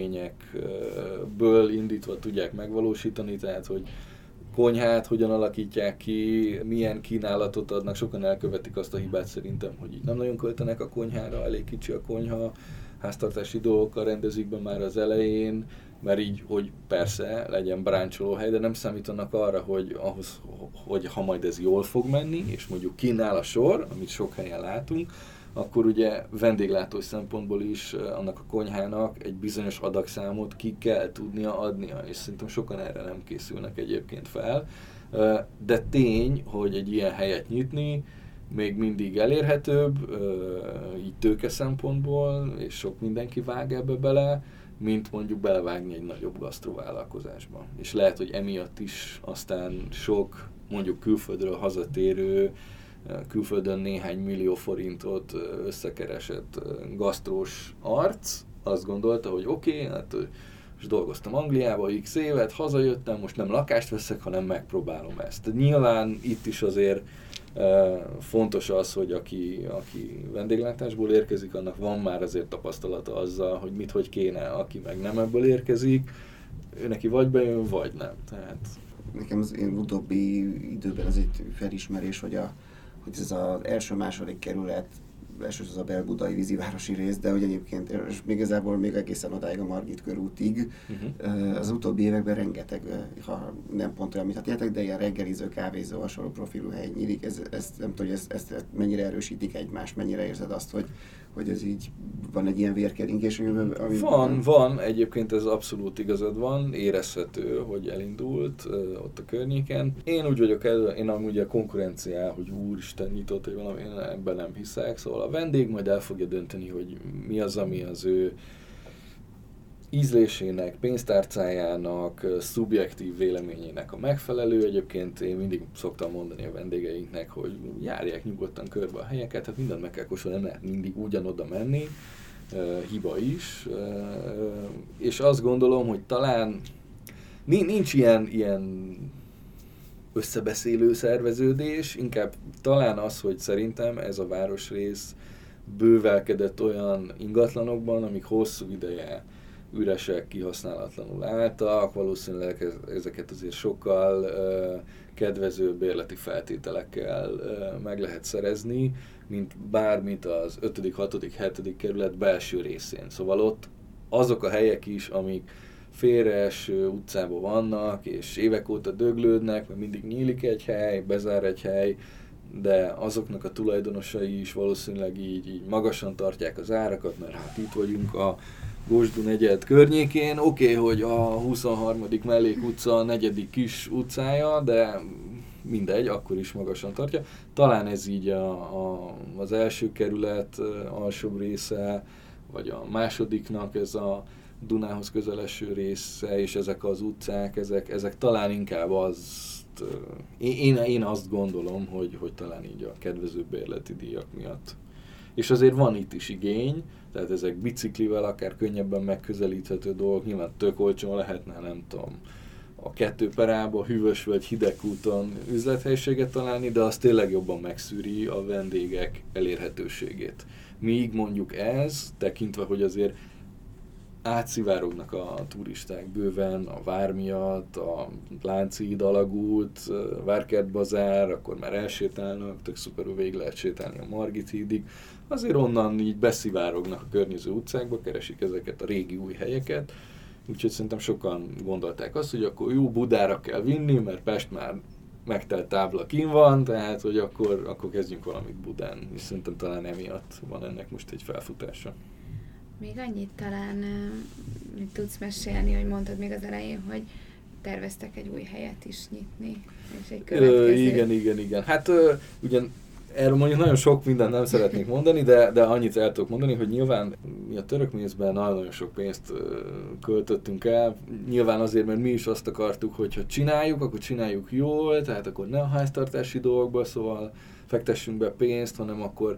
körülményekből indítva tudják megvalósítani, tehát hogy konyhát hogyan alakítják ki, milyen kínálatot adnak, sokan elkövetik azt a hibát szerintem, hogy így nem nagyon költenek a konyhára, elég kicsi a konyha, háztartási dolgokkal rendezik be már az elején, mert így, hogy persze legyen bráncsolóhely, de nem számítanak arra, hogy ahhoz, hogy ha majd ez jól fog menni, és mondjuk kínál a sor, amit sok helyen látunk, akkor ugye vendéglátós szempontból is annak a konyhának egy bizonyos adagszámot ki kell tudnia adnia, és szerintem sokan erre nem készülnek egyébként fel. De tény, hogy egy ilyen helyet nyitni még mindig elérhetőbb, így tőke szempontból, és sok mindenki vág ebbe bele, mint mondjuk belevágni egy nagyobb gasztrovállalkozásba. És lehet, hogy emiatt is aztán sok mondjuk külföldről hazatérő, külföldön néhány millió forintot összekeresett gasztrós arc azt gondolta, hogy oké, okay, hát most dolgoztam Angliába x évet, hazajöttem, most nem lakást veszek, hanem megpróbálom ezt. Nyilván itt is azért fontos az, hogy aki, aki vendéglátásból érkezik, annak van már azért tapasztalata azzal, hogy mit, hogy kéne, aki meg nem ebből érkezik, ő neki vagy bejön, vagy nem. Tehát... Nekem az én utóbbi időben ez egy felismerés, hogy, a, hogy ez az első-második kerület, elsősorban az a belbudai vízivárosi rész, de hogy egyébként, és még igazából még egészen odáig a Margit körútig, uh-huh. az utóbbi években rengeteg, ha nem pont olyan, mint hát de ilyen reggeliző, kávézó, hasonló profilú hely nyílik, ez, ez, nem tudom, hogy ezt, ezt mennyire erősítik egymást, mennyire érzed azt, hogy, hogy ez így van egy ilyen vérkeringés, ami... Van, van, egyébként ez abszolút igazad van, érezhető, hogy elindult uh, ott a környéken. Én úgy vagyok el, én amúgy a konkurenciá, hogy úristen nyitott, hogy valami, én ebben nem hiszek, szóval a vendég majd el fogja dönteni, hogy mi az, ami az ő ízlésének, pénztárcájának, szubjektív véleményének a megfelelő. Egyébként én mindig szoktam mondani a vendégeinknek, hogy járják nyugodtan körbe a helyeket, hát mindent meg kell kóstolni, nem lehet mindig ugyanoda menni, uh, hiba is. Uh, és azt gondolom, hogy talán nincs ilyen, ilyen összebeszélő szerveződés, inkább talán az, hogy szerintem ez a városrész bővelkedett olyan ingatlanokban, amik hosszú ideje üresek, kihasználatlanul álltak, valószínűleg ezeket azért sokkal uh, kedvezőbb bérleti feltételekkel uh, meg lehet szerezni, mint bármit az ötödik, hatodik, hetedik kerület belső részén. Szóval ott azok a helyek is, amik félreeső utcában vannak, és évek óta döglődnek, mert mindig nyílik egy hely, bezár egy hely, de azoknak a tulajdonosai is valószínűleg így, így magasan tartják az árakat, mert hát itt vagyunk a Gosdú negyed környékén, oké, okay, hogy a huszonharmadik mellék utca a negyedik kis utcája, de mindegy, akkor is magasan tartja. Talán ez így a, a, az első kerület alsóbb része, vagy a másodiknak ez a Dunához közeleső része, és ezek az utcák, ezek, ezek talán inkább azt, én, én azt gondolom, hogy, hogy talán így a kedvező bérleti díjak miatt. És azért van itt is igény, tehát ezek biciklivel akár könnyebben megközelíthető dolgok, nyilván tök olcsón lehetne, nem tudom, a kettő perába, hűvös vagy hidegkúton üzlethelyiséget találni, de az tényleg jobban megszűri a vendégek elérhetőségét. Míg mondjuk ez, tekintve, hogy azért átszivárognak a turisták bőven, a vár miatt, a Lánchíd, Alagút, Várkertbazár, akkor már elsétálnak, tök szuperül végig lehet sétálni a Margit hídig, azért onnan így beszivárognak a környező utcákba, keresik ezeket a régi új helyeket, úgyhogy szerintem sokan gondolták azt, hogy akkor jó, Budára kell vinni, mert Pest már megtelt tábla kín van, tehát hogy akkor, akkor kezdjünk valamit Budán, és szerintem talán emiatt van ennek most egy felfutása. Még annyit talán mit tudsz mesélni, hogy mondtad még az elején, hogy terveztek egy új helyet is nyitni, és egy következő. Ö, igen, igen, igen. Hát ö, ugyan erről mondjuk nagyon sok mindent nem szeretnék mondani, de, de annyit el tudok mondani, hogy nyilván mi a török mézben nagyon sok pénzt költöttünk el. Nyilván azért, mert mi is azt akartuk, hogy ha csináljuk, akkor csináljuk jól, tehát akkor ne a háztartási dolgokba, szóval fektessünk be pénzt, hanem akkor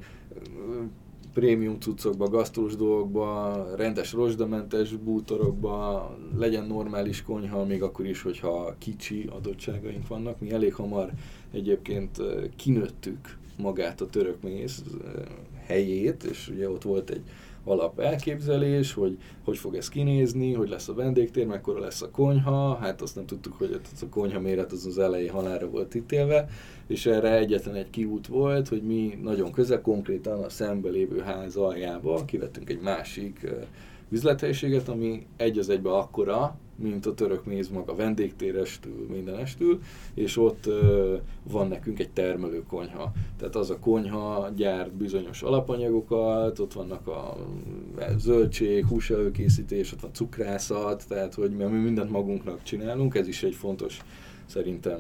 prémium cuccokba, gasztrós dolgokba, rendes rozsdamentes bútorokba, legyen normális konyha, még akkor is, hogyha kicsi adottságaink vannak. Mi elég hamar egyébként kinőttük magát a török méz helyét, és ugye ott volt egy alap elképzelés, hogy hogy fog ez kinézni, hogy lesz a vendégtér, mekkora lesz a konyha, hát azt nem tudtuk, hogy a konyha méret az az elején halálra volt ítélve, és erre egyetlen egy kiút volt, hogy mi nagyon közel, konkrétan a szembe lévő ház aljába kivettünk egy másik üzlethelyiséget, ami egy az egybe akkora, mint a török méz maga, vendégtérestül, mindenestül, és ott ö, van nekünk egy termelőkonyha. Tehát az a konyha gyárt bizonyos alapanyagokat, ott vannak a zöldség, húselőkészítés, ott van cukrászat, tehát hogy mi mindent magunknak csinálunk, ez is egy fontos, szerintem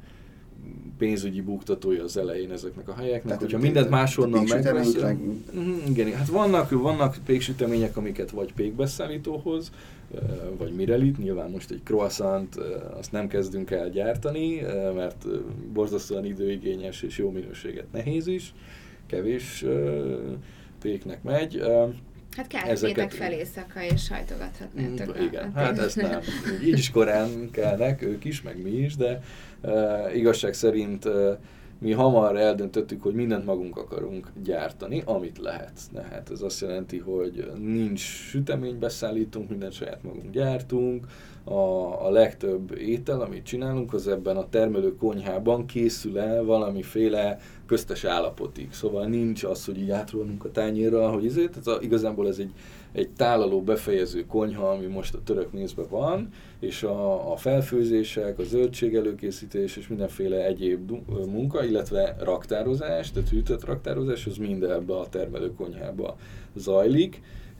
pénzügyi buktatója az elején ezeknek a helyeknek, tehát, hogyha mindent máshonnan megveszünk. Igen, hát vannak, vannak péksütemények, amiket vagy pékbeszállítóhoz, vagy Mirelit, nyilván most egy croissant azt nem kezdünk el gyártani, mert borzasztóan időigényes és jó minőséget nehéz is, kevés péknek megy. Hát kell péntek fel éjszaka, és hajtogathatnátok. Igen, hát ezt nem. Így is korán kellnek, ők is, meg mi is, de uh, igazság szerint uh, mi hamar eldöntöttük, hogy mindent magunk akarunk gyártani, amit lehet. Hát ez azt jelenti, hogy nincs sütemény, beszállítunk, mindent saját magunk gyártunk. A, a legtöbb étel, amit csinálunk, az ebben a termelő konyhában készül el valamiféle köztes állapotig. Szóval nincs az, hogy így átrólunk a tányérra, hogy ezért, tehát igazából ez egy, egy tálaló befejező konyha, ami most a török mézben van, és a, a felfőzések, a zöldség előkészítés és mindenféle egyéb munka, illetve raktározás, tehát hűtött raktározás, az mind ebbe a termelő konyhába zajlik.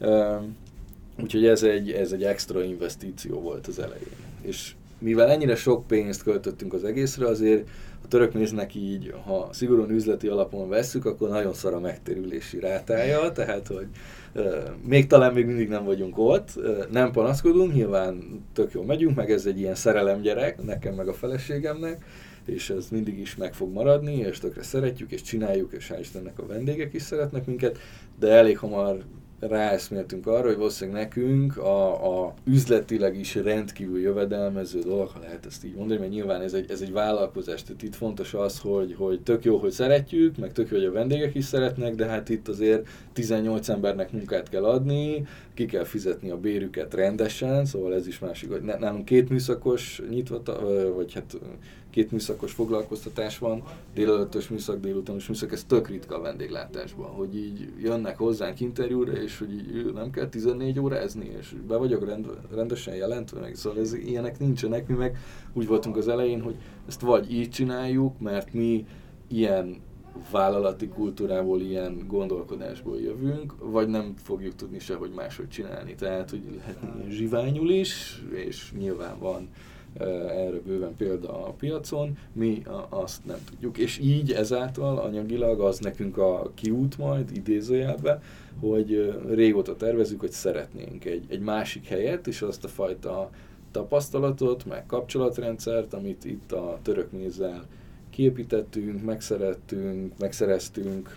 Úgyhogy ez egy, ez egy extra investíció volt az elején. És mivel ennyire sok pénzt költöttünk az egészre, azért a török méznek így, ha szigorúan üzleti alapon vesszük, akkor nagyon szar a megtérülési rátája, tehát hogy euh, még talán még mindig nem vagyunk ott, euh, nem panaszkodunk, nyilván tök jól megyünk, meg ez egy ilyen szerelemgyerek, nekem meg a feleségemnek, és ez mindig is meg fog maradni, és tökre szeretjük, és csináljuk, és hál' Istennek a vendégek is szeretnek minket, de elég hamar ráeszméltünk arra, hogy valószínűleg nekünk a, a üzletileg is rendkívül jövedelmező dolog, ha lehet ezt így mondani, mert nyilván ez egy, ez egy vállalkozás, tehát itt fontos az, hogy, hogy tök jó, hogy szeretjük, meg tök jó, hogy a vendégek is szeretnek, de hát itt azért tizennyolc embernek munkát kell adni, ki kell fizetni a bérüket rendesen, szóval ez is másik, hogy nálunk két műszakos nyitva, vagy hát két műszakos foglalkoztatás van, délelőttös műszak, délutános műszak, ez tök ritka a vendéglátásban, hogy így jönnek hozzánk interjúra, és hogy így nem kell tizennégy órázni, és be vagyok rend, rendesen jelentve, meg szóval ez, ilyenek nincsenek, mi meg úgy voltunk az elején, hogy ezt vagy így csináljuk, mert mi ilyen vállalati kultúrából, ilyen gondolkodásból jövünk, vagy nem fogjuk tudni sehogy máshogy csinálni. Tehát, hogy lehetne zsiványul is, és nyilván van erre bőven példa a piacon, mi azt nem tudjuk. És így ezáltal anyagilag az nekünk a kiút majd, idézőjelben, hogy régóta tervezzük, hogy szeretnénk egy, egy másik helyet, és azt a fajta tapasztalatot, meg kapcsolatrendszert, amit itt a török mézzel kiépítettünk, megszerettünk, megszereztünk,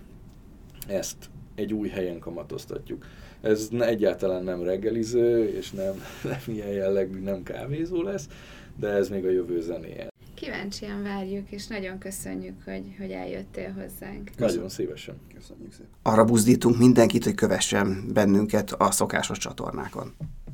ezt egy új helyen kamatoztatjuk. Ez egyáltalán nem reggeliző, és nem, nem ilyen jellegű, nem kávézó lesz, de ez még a jövő zenéje. Kíváncsian várjuk, és nagyon köszönjük, hogy, hogy eljöttél hozzánk. Köszönöm. Nagyon szívesen. Köszönjük szépen. Arra buzdítunk mindenkit, hogy kövessen bennünket a szokásos csatornákon.